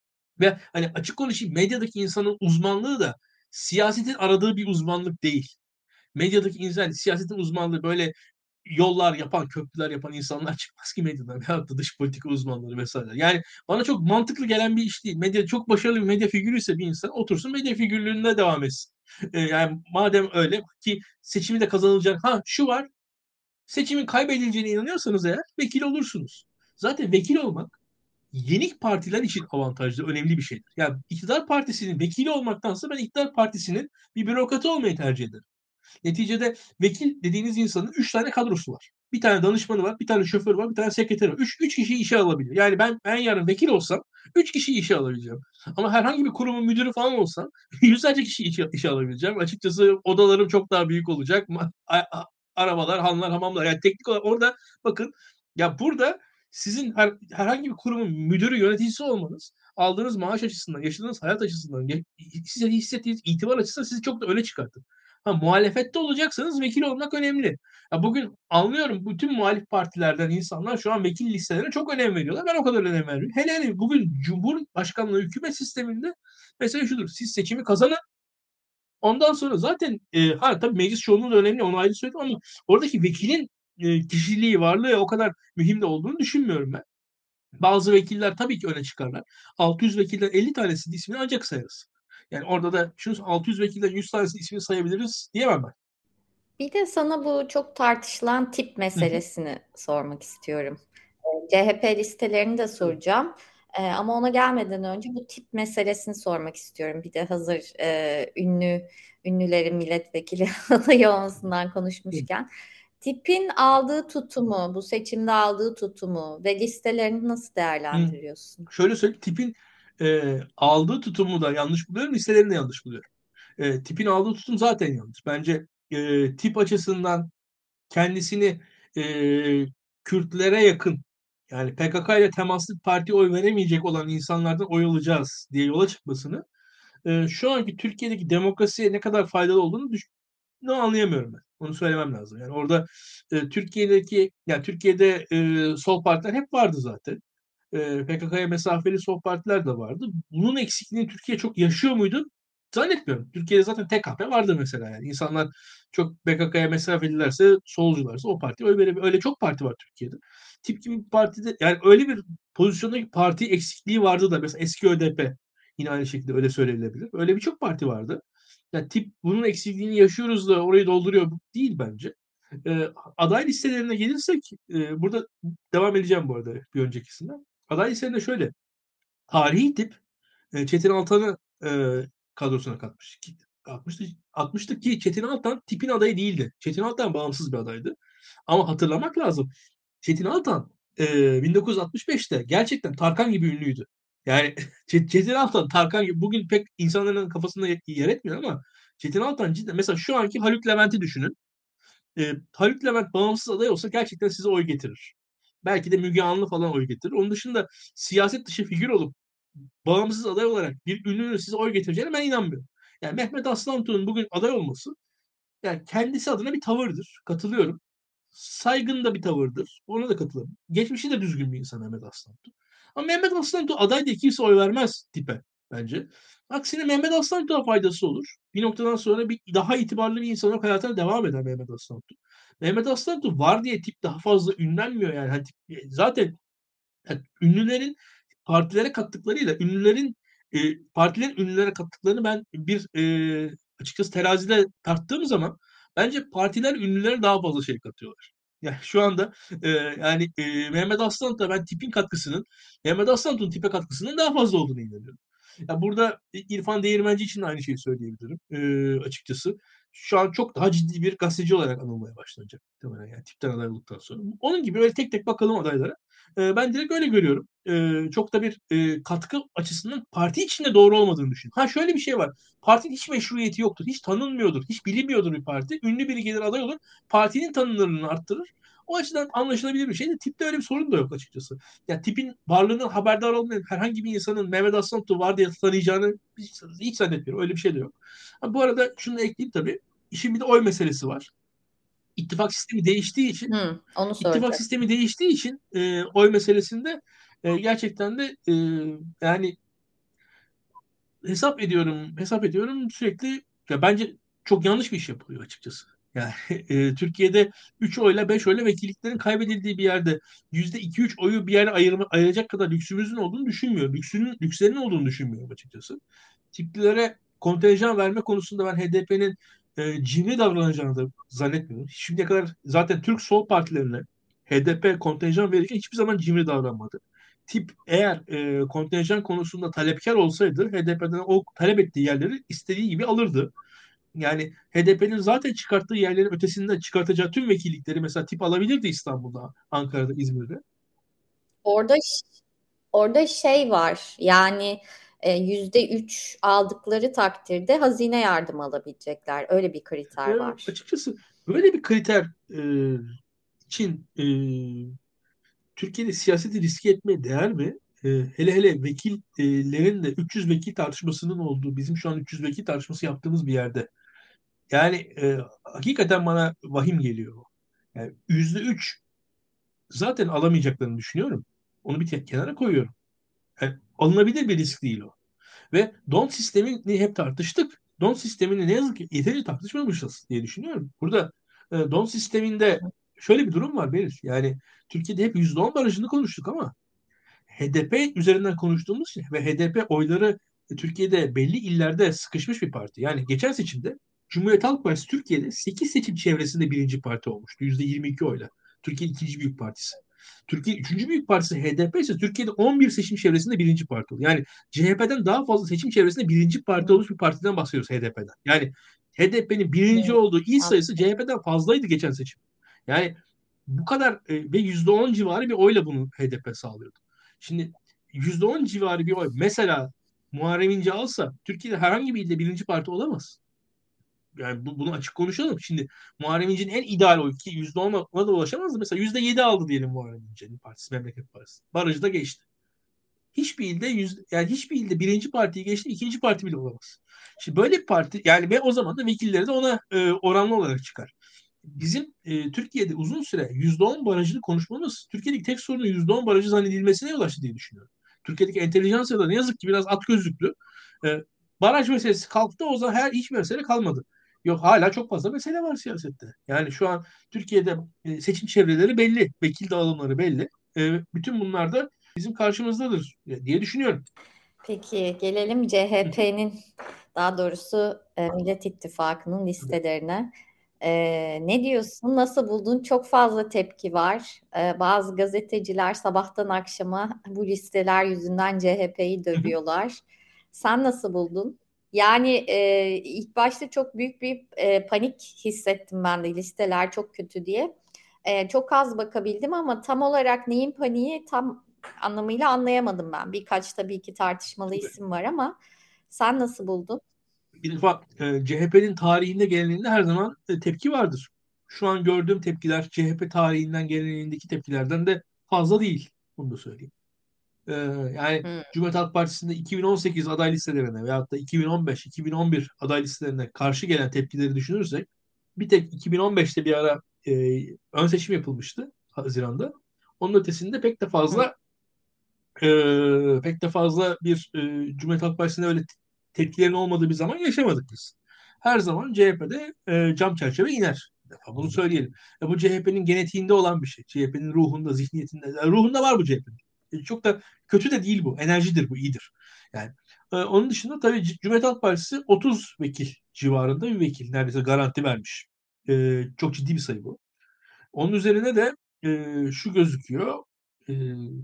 Ve hani açık konuşayım, medyadaki insanın uzmanlığı da siyasetin aradığı bir uzmanlık değil. Medyadaki insan, siyasetin uzmanlığı böyle yollar yapan, köprüler yapan insanlar çıkmaz ki medyadan. Veyahut da dış politika uzmanları vesaire. Yani bana çok mantıklı gelen bir iş değil. Medya çok başarılı bir medya figürüyse bir insan otursun medya figürlüğüne devam etsin. Yani madem öyle ki seçimi de kazanılacak. Ha şu var. Seçimin kaybedileceğine inanıyorsanız eğer vekil olursunuz. Zaten vekil olmak yenik partiler için avantajlı, önemli bir şeydir. Yani iktidar partisinin vekili olmaktansa ben iktidar partisinin bir bürokratı olmayı tercih ederim. Neticede vekil dediğiniz insanın 3 tane kadrosu var. Bir tane danışmanı var, bir tane şoförü var, bir tane sekreteri var. Üç kişiyi işe alabiliyor. Yani ben yarın vekil olsam 3 kişiyi işe alabileceğim. Ama herhangi bir kurumun müdürü falan olsam yüzlerce kişi işe alabileceğim. Açıkçası odalarım çok daha büyük olacak. Arabalar, hanlar, hamamlar. Yani teknik olarak orada bakın, ya burada sizin herhangi bir kurumun müdürü, yöneticisi olmanız aldığınız maaş açısından, yaşadığınız hayat açısından, size hissettiğiniz itibar açısından sizi çok da öne çıkartır. Ha, muhalefette olacaksanız vekil olmak önemli. Ya bugün anlıyorum, bütün muhalif partilerden insanlar şu an vekil listelerine çok önem veriyorlar. Ben o kadar önem vermiyorum. Hele bugün Cumhurbaşkanlığı hükümet sisteminde mesele şudur. Siz seçimi kazanın. Ondan sonra zaten tabii meclis çoğunluğu da önemli. Onu ayrı söyledim ama oradaki vekilin kişiliği, varlığı o kadar mühim de olduğunu düşünmüyorum ben. Bazı vekiller tabii ki öne çıkarlar. 600 vekilden 50 tanesinin ismini ancak sayarız. Yani orada da şunu, 600 vekilden 100 tanesinin ismini sayabiliriz diyemem ben. Bir de sana bu çok tartışılan tip Hı hı. meselesini sormak istiyorum. CHP listelerini de soracağım. Ama ona gelmeden önce bu tip meselesini sormak istiyorum. Bir de hazır ünlülerin milletvekili adayı olmasından konuşmuşken. Tipin aldığı tutumu, bu seçimde aldığı tutumu ve listelerini nasıl Hı. değerlendiriyorsun? Şöyle söyleyeyim, tipin aldığı tutumu da yanlış buluyorum, listelerini de yanlış buluyorum. Tipin aldığı tutum zaten yanlış. Bence tip açısından kendisini e, Kürtlere yakın, yani PKK ile temaslı parti oy veremeyecek olan insanlardan oy alacağız diye yola çıkmasını şu anki Türkiye'deki demokrasiye ne kadar faydalı olduğunu anlayamıyorum ben. Onu söylemem lazım. Yani orada Türkiye'de sol partiler hep vardı zaten. PKK'ya mesafeli sol partiler de vardı. Bunun eksikliğini Türkiye çok yaşıyor muydu? Zannetmiyorum. Türkiye'de zaten TKP vardı mesela. Yani insanlar çok PKK'ya mesafelilerse, solcularsa o parti oy verebilir. Öyle çok parti var Türkiye'de. Tip gibi bir partide, yani öyle bir pozisyondaki parti eksikliği vardı da, mesela eski ÖDP yine aynı şekilde öyle söylenebilir. Öyle birçok parti vardı. Yani tip bunun eksikliğini yaşıyoruz da orayı dolduruyor değil bence. Aday listelerine gelirsek, burada devam edeceğim bu arada bir öncekisinden. Aday listelerinde şöyle: tarihi tip Çetin Altan'ı kadrosuna katmıştı ki Çetin Altan tipin adayı değildi. Çetin Altan bağımsız bir adaydı. Ama hatırlamak lazım, Çetin Altan 1965'te gerçekten Tarkan gibi ünlüydü. Yani Çetin Altan Tarkan gibi bugün pek insanların kafasında yer etmiyor ama Çetin Altan cidden, mesela şu anki Haluk Levent'i düşünün. Haluk Levent bağımsız aday olsa gerçekten size oy getirir. Belki de Müge Anlı falan oy getirir. Onun dışında siyaset dışı figür olup bağımsız aday olarak bir ünlünün size oy getireceğine ben inanmıyorum. Yani Mehmet Aslantuğ'un bugün aday olması, yani kendisi adına bir tavırdır. Katılıyorum. Saygın da bir tavırdır. Ona da katılırım. Geçmişi de düzgün bir insan Mehmet Aslantu. Ama Mehmet Aslantu aday diye kimse oy vermez tipe bence. Aksine Mehmet Aslantu'ya faydası olur. Bir noktadan sonra bir daha itibarlı bir insan olarak hayatına devam eder Mehmet Aslantu. Mehmet Aslantu var diye tip daha fazla ünlenmiyor yani. Hani zaten ünlülerin partilere kattıklarıyla partilerin ünlülere kattıklarını ben açıkçası terazide tarttığım zaman bence partiler ünlülere daha fazla şey katıyorlar. Yani şu anda Mehmet Aslan'da ben tipin katkısının Mehmet Aslan'ın tipe katkısının daha fazla olduğunu inanıyorum. Ya burada İrfan Değirmenci için de aynı şeyi söyleyebilirim açıkçası. Şu an çok daha ciddi bir gazeteci olarak anılmaya başlanacak muhtemelen, yani tipten aday olduktan sonra. Onun gibi öyle tek tek bakalım adaylara. Ben direkt öyle görüyorum. Çok da bir katkı açısından parti içinde doğru olmadığını düşünüyorum. Ha, şöyle bir şey var. Partinin hiç meşruiyeti yoktur. Hiç tanınmıyordur. Hiç bilinmiyordur bir parti. Ünlü biri gelir aday olur. Partinin tanınırlığını arttırır. O açıdan anlaşılabilir bir şey de tipte öyle bir sorun da yok açıkçası. Ya tipin varlığından haberdar olmayan herhangi bir insanın Mehmet Aslantu var diye tanıyacağını hiç zannetmiyorum. Öyle bir şey de yok. Ha, bu arada şunu da ekleyeyim tabii. İşin bir de oy meselesi var. İttifak sistemi değiştiği için Onu İttifak soracak. sistemi değiştiği için oy meselesinde gerçekten de yani hesap ediyorum sürekli, ya bence çok yanlış bir iş yapılıyor açıkçası. Yani Türkiye'de 3 oyla 5 oyla vekilliklerin kaybedildiği bir yerde %2-3 oyu bir yere ayıracak kadar lüksümüzün olduğunu düşünmüyorum. Lükslerinin olduğunu düşünmüyorum açıkçası. Tiplilere kontenjan verme konusunda ben HDP'nin cimri davranacağını da zannetmiyorum. Şimdiye kadar zaten Türk sol partilerine HDP kontenjan verirken hiçbir zaman cimri davranmadı. Tip eğer kontenjan konusunda talepkar olsaydı HDP'den o talep ettiği yerleri istediği gibi alırdı. Yani HDP'nin zaten çıkarttığı yerlerin ötesinde çıkartacağı tüm vekillikleri mesela tip alabilirdi İstanbul'da, Ankara'da, İzmir'de. Orada orada şey var yani %3 aldıkları takdirde hazine yardımı alabilecekler. Öyle bir kriter var. Açıkçası böyle bir kriter için Türkiye'de siyaseti riske etmeye değer mi? Hele hele vekillerin de 300 vekil tartışmasının olduğu, bizim şu an 300 vekil tartışması yaptığımız bir yerde. Yani hakikaten bana vahim geliyor. Yani %3 zaten alamayacaklarını düşünüyorum. Onu bir kenara koyuyorum. Yani alınabilir bir risk değil o. Ve don sistemini hep tartıştık. Don sistemini ne yazık ki yeterince tartışmamışız diye düşünüyorum. Burada don sisteminde şöyle bir durum var Belir. Yani Türkiye'de hep %10 barajını konuştuk ama HDP üzerinden konuştuğumuz şey ve HDP oyları Türkiye'de belli illerde sıkışmış bir parti. Yani geçen seçimde Cumhuriyet Halk Partisi Türkiye'de 8 seçim çevresinde birinci parti olmuştu. %22 oyla. Türkiye'nin ikinci büyük partisi. Türkiye'nin üçüncü büyük partisi HDP ise Türkiye'de 11 seçim çevresinde birinci parti oldu. Yani CHP'den daha fazla seçim çevresinde birinci parti Hı, olmuş bir partiden bahsediyoruz HDP'den. Yani HDP'nin birinci evet, olduğu il sayısı anladım. CHP'den fazlaydı geçen seçim. Yani bu kadar ve %10 civarı bir oyla bunu HDP sağlıyordu. Şimdi %10 civarı bir oy. Mesela Muharrem İnce alsa Türkiye'de herhangi bir ilde birinci parti olamaz. Yani bunu açık konuşalım. Şimdi Muharrem İnce'nin en ideal oyu ki %10'a da ulaşamazdı. Mesela %7 aldı diyelim Muharrem İnce'nin partisi, Memleket Partisi. Barajı da geçti. Yani hiçbir ilde birinci partiyi geçti, ikinci parti bile olamaz. Şimdi böyle bir parti yani ve o zaman da vekilleri de ona oranlı olarak çıkar. Bizim Türkiye'de uzun süre %10 barajını konuşmamız Türkiye'deki tek sorunun %10 barajı zannedilmesine yol açtı diye düşünüyorum. Türkiye'deki entelijansiya da ne yazık ki biraz at gözlüklü. E, Baraj meselesi kalktı o zaman hiçbir mesele kalmadı. Yok hala çok fazla mesele var siyasette. Yani şu an Türkiye'de seçim çevreleri belli, vekil dağılımları belli. Bütün bunlar da bizim karşımızdadır diye düşünüyorum. Peki gelelim CHP'nin daha doğrusu Millet İttifakı'nın listelerine. Ne diyorsun? Nasıl buldun? Çok fazla tepki var. Bazı gazeteciler sabahtan akşama bu listeler yüzünden CHP'yi dövüyorlar. Sen nasıl buldun? Yani ilk başta çok büyük bir panik hissettim ben de listeler çok kötü diye. Çok az bakabildim ama tam olarak neyin paniği tam anlamıyla anlayamadım ben. Birkaç tabii ki tartışmalı isim var ama sen nasıl buldun? Bir defa CHP'nin tarihinde geleneğinde her zaman tepki vardır. Şu an gördüğüm tepkiler CHP tarihinden geleneğindeki tepkilerden de fazla değil. Bunu da söyleyeyim. Yani Hmm. Cumhuriyet Halk Partisi'nde 2018 aday listelerine veyahut da 2015, 2011 aday listelerine karşı gelen tepkileri düşünürsek bir tek 2015'te bir ara ön seçim yapılmıştı Haziran'da. Onun ötesinde Hı. pek de fazla bir Cumhuriyet Halk Partisi'nde öyle tepkilerin olmadığı bir zaman yaşamadık biz. Her zaman CHP'de cam çerçeve iner. Bir defa bunu söyleyelim. Bu CHP'nin genetiğinde olan bir şey. CHP'nin ruhunda, zihniyetinde. Ruhunda var bu CHP'nin. Çok da kötü de değil bu. Enerjidir bu, iyidir. Yani onun dışında tabii Cumhuriyet Halk Partisi 30 vekil civarında bir vekil. Neredeyse garanti vermiş. Çok ciddi bir sayı bu. Onun üzerine de şu gözüküyor. E,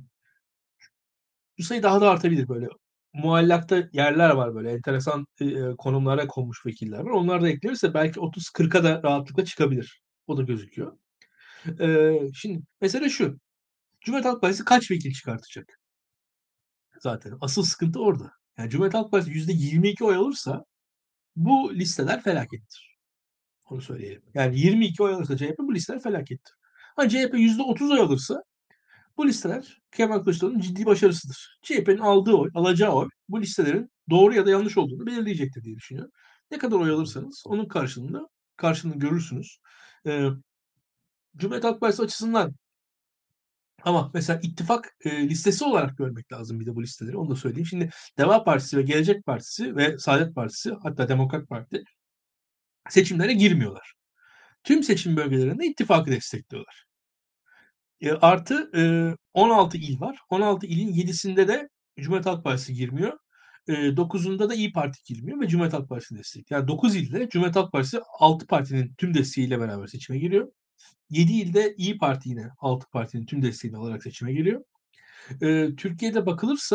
Bu sayı daha da artabilir böyle. Muallakta yerler var böyle. Enteresan konumlara konmuş vekiller var. Onlar da eklenirse belki 30-40'a da rahatlıkla çıkabilir. O da gözüküyor. Şimdi mesele şu. Cumhuriyet Halk Partisi kaç vekil çıkartacak? Zaten asıl sıkıntı orada. Yani Cumhuriyet Halk Partisi %22 oy alırsa bu listeler felakettir. Onu söyleyelim. Yani 22 oy alırsa CHP bu listeler felakettir. Ha CHP %30 oy alırsa bu listeler Kemal Kılıçdaroğlu'nun ciddi başarısıdır. CHP'nin aldığı oy, alacağı oy bu listelerin doğru ya da yanlış olduğunu belirleyecektir diye düşünüyorum. Ne kadar oy alırsanız onun karşılığını görürsünüz. Ee, Cumhuriyet Halk Partisi açısından ama mesela ittifak listesi olarak görmek lazım bir de bu listeleri. Onu da söyleyeyim. Şimdi Deva Partisi ve Gelecek Partisi ve Saadet Partisi hatta Demokrat Parti seçimlere girmiyorlar. Tüm seçim bölgelerinde ittifakı destekliyorlar. Artı 16 il var. 16 ilin 7'sinde de Cumhuriyet Halk Partisi girmiyor. 9'unda da İyi Parti girmiyor ve Cumhuriyet Halk Partisi destekliyor. Yani 9 ilde Cumhuriyet Halk Partisi 6 partinin tüm desteğiyle beraber seçime giriyor. 7 ilde İyi Parti yine 6 partinin tüm desteğini alarak seçime giriyor. Türkiye'de bakılırsa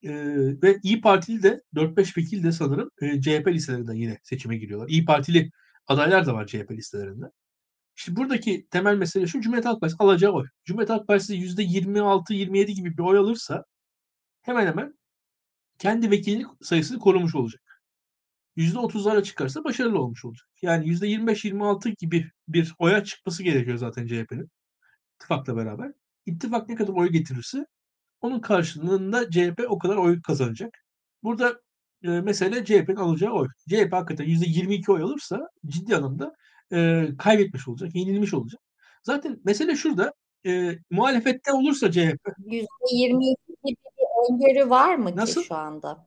Ve İyi Partili de 4-5 vekil de sanırım CHP listelerinden yine seçime giriyorlar. İyi Partili adaylar da var CHP listelerinde. İşte buradaki temel mesele şu: Cumhuriyet Halk Partisi alacağı oy. Cumhuriyet Halk Partisi %26-27 gibi bir oy alırsa hemen hemen kendi vekillik sayısını korumuş olacak. %30'lara çıkarsa başarılı olmuş olacak. Yani %25-26 gibi bir oya çıkması gerekiyor zaten CHP'nin ittifakla beraber. İttifak ne kadar oy getirirse onun karşılığında CHP o kadar oy kazanacak. Burada mesele CHP'nin alacağı oy. CHP hakikaten %22 oy alırsa ciddi anlamda kaybetmiş olacak, yenilmiş olacak. Zaten mesele şurada: muhalefette olursa CHP %22 gibi bir öngörü var mı ki nasıl? şu anda?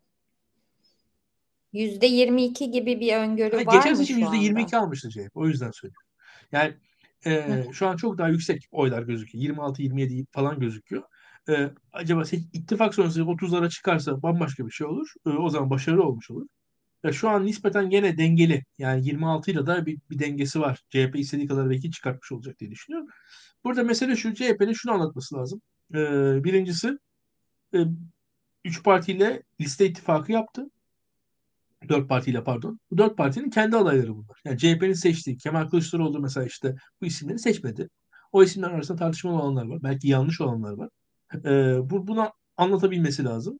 %22 gibi bir öngörü Hani var geçen mı seçim şu %22 anda? almıştı CHP. O yüzden söylüyorum. Yani Hı şu an çok daha yüksek oylar gözüküyor. 26-27 falan gözüküyor. Acaba ittifak sonrası 30'lara çıkarsa bambaşka bir şey olur. O zaman başarılı olmuş olur. Ya şu an nispeten gene dengeli. Yani 26 ile de bir dengesi var. CHP istediği kadar vekil çıkartmış olacak diye düşünüyorum. Burada mesele şu: CHP'nin şunu anlatması lazım. Birincisi, e, 3 partiyle liste ittifakı yaptı. 4 partiyle, pardon. Bu 4 partinin kendi adayları bunlar. Yani CHP'nin seçtiği Kemal Kılıçdaroğlu mesela işte bu isimleri seçmedi. O isimler arasında tartışmalı olanlar var. Belki yanlış olanlar var. Buna anlatabilmesi lazım.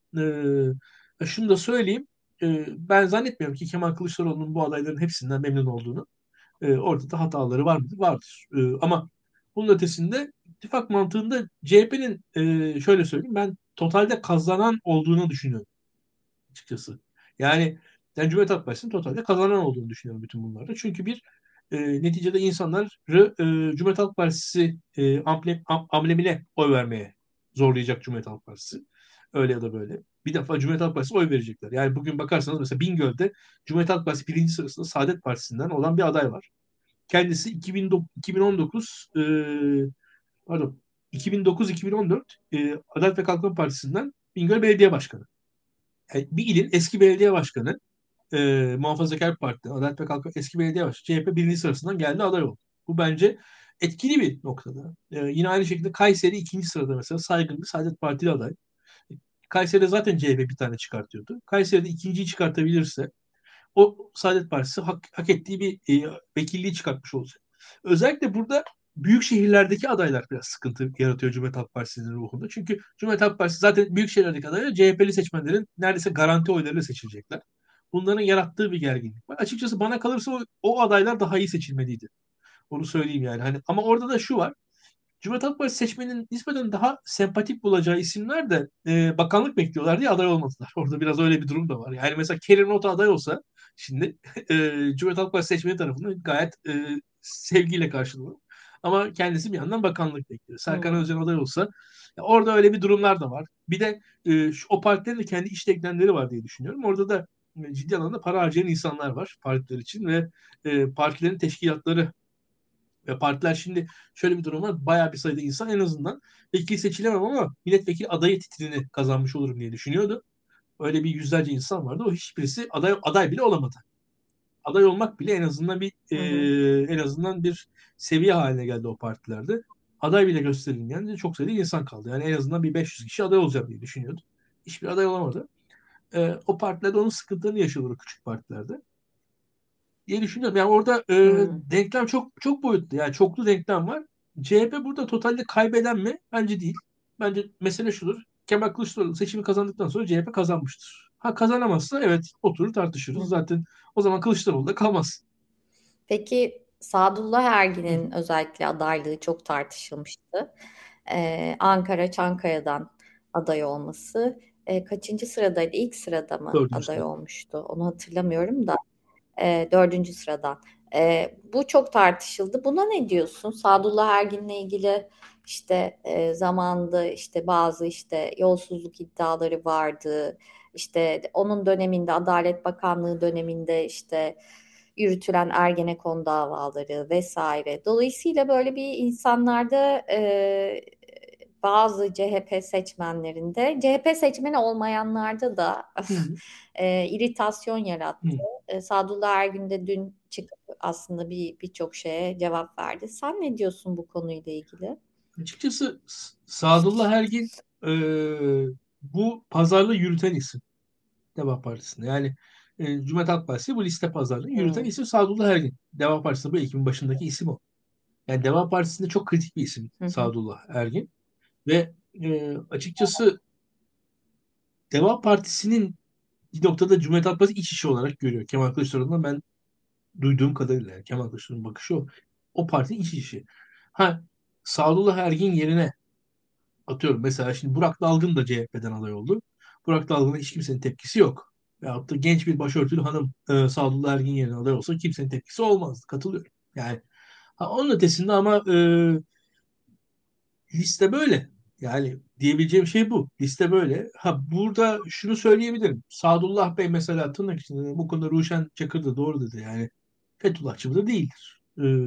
Şunu da söyleyeyim. Ben zannetmiyorum ki Kemal Kılıçdaroğlu'nun bu adayların hepsinden memnun olduğunu. Orada da hataları var mıdır? Vardır. Ama bunun ötesinde ittifak mantığında CHP'nin, şöyle söyleyeyim, ben totalde kazanan olduğunu düşünüyorum açıkçası. Yani ben Cumhuriyet Halk Partisi'nin totalde kazanan olduğunu düşünüyorum bütün bunlarda. Çünkü neticede insanları Cumhuriyet Halk Partisi amblemine oy vermeye zorlayacak Cumhuriyet Halk Partisi. Öyle ya da böyle. Bir defa Cumhuriyet Halk Partisi'ne oy verecekler. Yani bugün bakarsanız mesela Bingöl'de Cumhuriyet Halk Partisi birinci sırasında Saadet Partisi'nden olan bir aday var. Kendisi 2019 pardon 2009-2014 Adalet ve Kalkınma Partisi'nden Bingöl Belediye Başkanı. Yani bir ilin eski belediye başkanı, Muhafazakar Parti'den Adalet ve Kalkınma eski belediye başkanı CHP birinci sırasından geldi, aday oldu. Bu bence etkili bir noktada. Yine aynı şekilde Kayseri ikinci sırada mesela saygın bir Saadet Partili aday. Kayseri'de zaten CHP bir tane çıkartıyordu. Kayseri'de ikinciyi çıkartabilirse o Saadet Partisi hak ettiği bir vekilliği çıkartmış olacak. Özellikle burada büyük şehirlerdeki adaylar biraz sıkıntı yaratıyor Cumhuriyet Halk Partisi'nin ruhunda. Çünkü Cumhuriyet Halk Partisi zaten büyük şehirlerdeki adaylar CHP'li seçmenlerin neredeyse garanti oylarıyla seçilecekler. Bunların yarattığı bir gerginlik var. Açıkçası bana kalırsa o adaylar daha iyi seçilmeliydi. Onu söyleyeyim yani. Hani ama orada da şu var: Cumhuriyet Halk Partisi seçmenin nispeten daha sempatik bulacağı isimler de bakanlık bekliyorlar diye aday olmadılar. Orada biraz öyle bir durum da var. Yani mesela Kerim Nota aday olsa şimdi Cumhuriyet Halk Partisi seçmeni tarafından gayet sevgiyle karşılanır. Ama kendisi bir yandan bakanlık bekliyor. Serkan hı. Özcan aday olsa ya orada öyle bir durumlar da var. Bir de o partilerin de kendi iş denklemleri var diye düşünüyorum. Orada da ciddi anlamda para harcayan insanlar var partiler için ve partilerin teşkilatları ve partiler şimdi şöyle bir durum var: bayağı bir sayıda insan en azından vekil seçilemem ama milletvekili adayı titrini kazanmış olurum diye düşünüyordu. Öyle bir yüzlerce insan vardı. O hiçbirisi aday bile olamadı. Aday olmak bile Hı hı. en azından bir seviye haline geldi o partilerde. Aday bile gösterilmeyen de çok sayıda insan kaldı. Yani en azından bir 500 kişi aday olacak diye düşünüyordu. Hiçbir aday olamadı. O partilerde onun sıkıntılarını yaşıyorlar, o küçük partilerde diye düşünüyorum. Yani orada Hı. denklem çok çok boyutlu. Yani çoklu denklem var. CHP burada totalde kaybeden mi? Bence değil. Bence mesele şudur: Kemal Kılıçdaroğlu seçimi kazandıktan sonra CHP kazanmıştır. Ha, kazanamazsa evet oturur Hı tartışırız. hı. Zaten o zaman Kılıçdaroğlu da kalmaz. Peki Sadullah Hı hı. Ergin'in özellikle adaylığı çok tartışılmıştı. Ankara Çankaya'dan aday olması. Kaçıncı sıradaydı? İlk sırada mı Dördüncü aday sırada. olmuştu? Onu hatırlamıyorum da. Dördüncü sıradan. Bu çok tartışıldı. Buna ne diyorsun? Sadullah Ergin'le ilgili işte zamanında işte bazı işte yolsuzluk iddiaları vardı. İşte onun döneminde Adalet Bakanlığı döneminde işte yürütülen Ergenekon davaları vesaire. Dolayısıyla böyle bir insanlarda bazı CHP seçmenlerinde, CHP seçmeni olmayanlarda da Hı hı. iritasyon yarattı. Hı. Sadullah Ergün de dün çıkıp aslında birçok şeye cevap verdi. Sen ne diyorsun bu konuyla ilgili? Açıkçası Sadullah Ergin e, bu pazarlığı yürüten isim Deva Partisi'nde. Yani Cumhuriyet Halk Partisi bu liste pazarlığını yürüten Hı. isim Sadullah Ergin. Deva Partisi'nde bu ekibin başındaki isim o. Yani Deva Partisi'nde çok kritik bir isim Hı hı. Sadullah Ergin. Ve açıkçası Deva Partisi'nin bir noktada Cumhuriyet Halk Partisi iç işi olarak görüyor. Kemal Kılıçdaroğlu'ndan ben duyduğum kadarıyla, yani Kemal Kılıçdaroğlu'nun bakışı o. O partinin iç işi. Ha, Sadullah Ergin yerine atıyorum mesela şimdi Burak Dalgın da CHP'den aday oldu. Burak Dalgın'a hiç kimsenin tepkisi yok. Veyahut da genç bir başörtülü hanım Sadullah Ergin yerine aday olsa kimsenin tepkisi olmazdı. Katılıyorum. Yani onun ötesinde ama liste böyle. Yani diyebileceğim şey bu. Liste böyle. Ha, burada şunu söyleyebilirim. Sadullah Bey mesela tırnak içinde bu konuda Ruşen Çakır da doğru dedi. Yani Fethullahçı da değildir.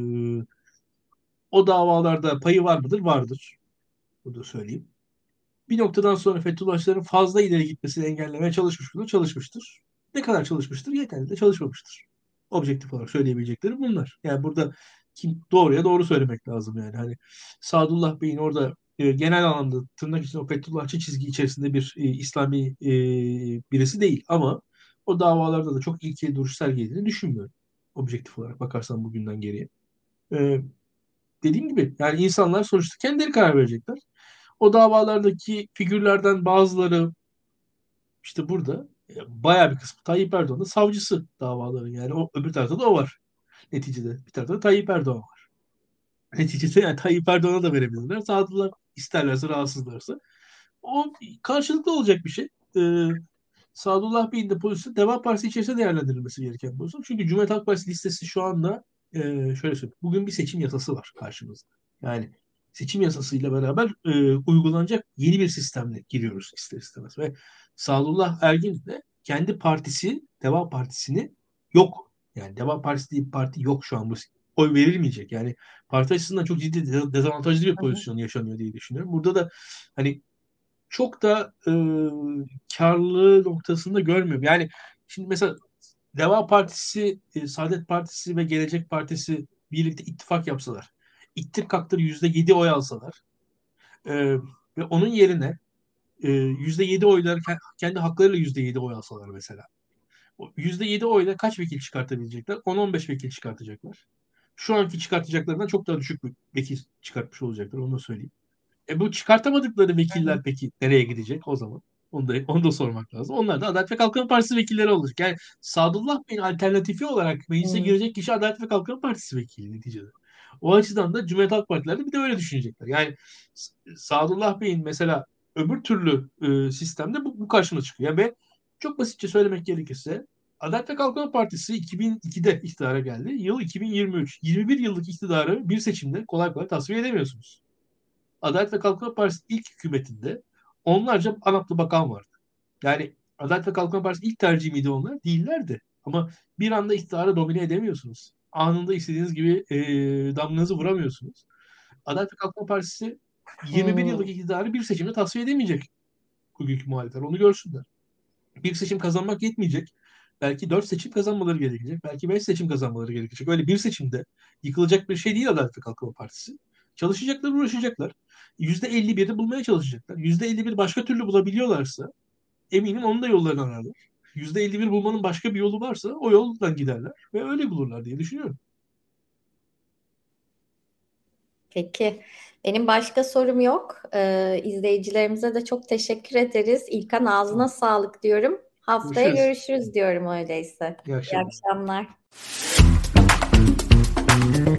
O davalarda payı var mıdır? Vardır. Bunu da söyleyeyim. Bir noktadan sonra Fethullahçıların fazla ileri gitmesini engellemeye çalışmış mıdır? Çalışmıştır. Ne kadar çalışmıştır? Yeterli de çalışmamıştır. Objektif olarak söyleyebilecekleri bunlar. Yani burada doğruya doğru söylemek lazım yani. Hani Sadullah Bey'in orada genel anlamda tırnak içinde o Fethullahçı çizgi içerisinde bir İslami birisi değil ama o davalarda da çok ilkeli duruş sergilediğini düşünmüyorum. Objektif olarak bakarsan bugünden geriye. E, Dediğim gibi yani insanlar sonuçta kendileri karar verecekler. O davalardaki figürlerden bazıları işte burada bayağı bir kısmı Tayyip Erdoğan'ın savcısı davaların, yani o öbür tarafta da o var neticede. Bir tarafta da Tayyip Erdoğan var. Neticede yani Tayyip Erdoğan'a da verebilirler. Sağdılar isterlerse, rahatsızlarsa. O karşılıklı olacak bir şey. Sadullah Bey'in de pozisyonu Deva Partisi içerisinde değerlendirilmesi gereken bir pozisyon. Çünkü Cumhuriyet Halk Partisi listesi şu anda şöyle söyleyeyim. Bugün bir seçim yasası var karşımızda. Yani seçim yasasıyla beraber uygulanacak yeni bir sistemle giriyoruz ister istemez. Ve Sadullah Ergin de kendi partisi Deva Partisi'ni yok. Yani Deva Partisi diye bir parti yok şu an. Bu oy verilmeyecek. Yani parti açısından çok ciddi dezavantajlı bir Hı hı. pozisyon yaşanıyor diye düşünüyorum. Burada da hani çok da karlı noktasında görmüyorum. Yani şimdi mesela Deva Partisi, Saadet Partisi ve Gelecek Partisi birlikte ittifak yapsalar, ittir kaktır %7 oy alsalar e, ve onun yerine %7 oylar kendi haklarıyla %7 oy alsalar mesela. O %7 oyla kaç vekil çıkartabilecekler? 10-15 vekil çıkartacaklar. Şu anki çıkartacaklarından çok daha düşük bir vekil çıkartmış olacaklar, onu da söyleyeyim. Bu çıkartamadıkları Hı hı. vekiller peki nereye gidecek o zaman? Onu da sormak lazım. Onlar da Adalet ve Kalkınma Partisi vekilleri olacak. Yani Sadullah Bey'in alternatifi olarak meclise Hı. girecek kişi Adalet ve Kalkınma Partisi vekili neticede. O açıdan da Cumhuriyet Halk Partileri de bir de öyle düşünecekler. Yani Sadullah Bey'in mesela öbür türlü sistemde bu karşımıza çıkıyor. Yani ve çok basitçe söylemek gerekirse Adalet ve Kalkınma Partisi 2002'de iktidara geldi. Yıl 2023. 21 yıllık iktidarı bir seçimde kolay kolay tasfiye edemiyorsunuz. Adalet ve Kalkınma Partisi ilk hükümetinde onlarca ANAP'lı bakan vardı. Yani Adalet ve Kalkınma Partisi ilk tercih miydi onlar? Değillerdi. Ama bir anda iktidarı domine edemiyorsunuz. Anında istediğiniz gibi damganızı vuramıyorsunuz. Adalet ve Kalkınma Partisi 21 yıllık Hı. iktidarı bir seçimde tasfiye edemeyecek bugünkü muhalifler. Onu görsünler. Bir seçim kazanmak yetmeyecek. Belki 4 seçim kazanmaları gerekecek. Belki 5 seçim kazanmaları gerekecek. Öyle bir seçimde yıkılacak bir şey değil Adalet ve Kalkınma Partisi. Çalışacaklar, uğraşacaklar. %51'i bulmaya çalışacaklar. %51 başka türlü bulabiliyorlarsa eminim onun da yollarını ararlar. %51 bulmanın başka bir yolu varsa o yoldan giderler ve öyle bulurlar diye düşünüyorum. Peki. Benim başka sorum yok. İzleyicilerimize de çok teşekkür ederiz. İlkan ağzına Tamam. sağlık diyorum. Haftaya Görüşürüz. görüşürüz diyorum öyleyse. İyi İyi akşamlar. akşamlar.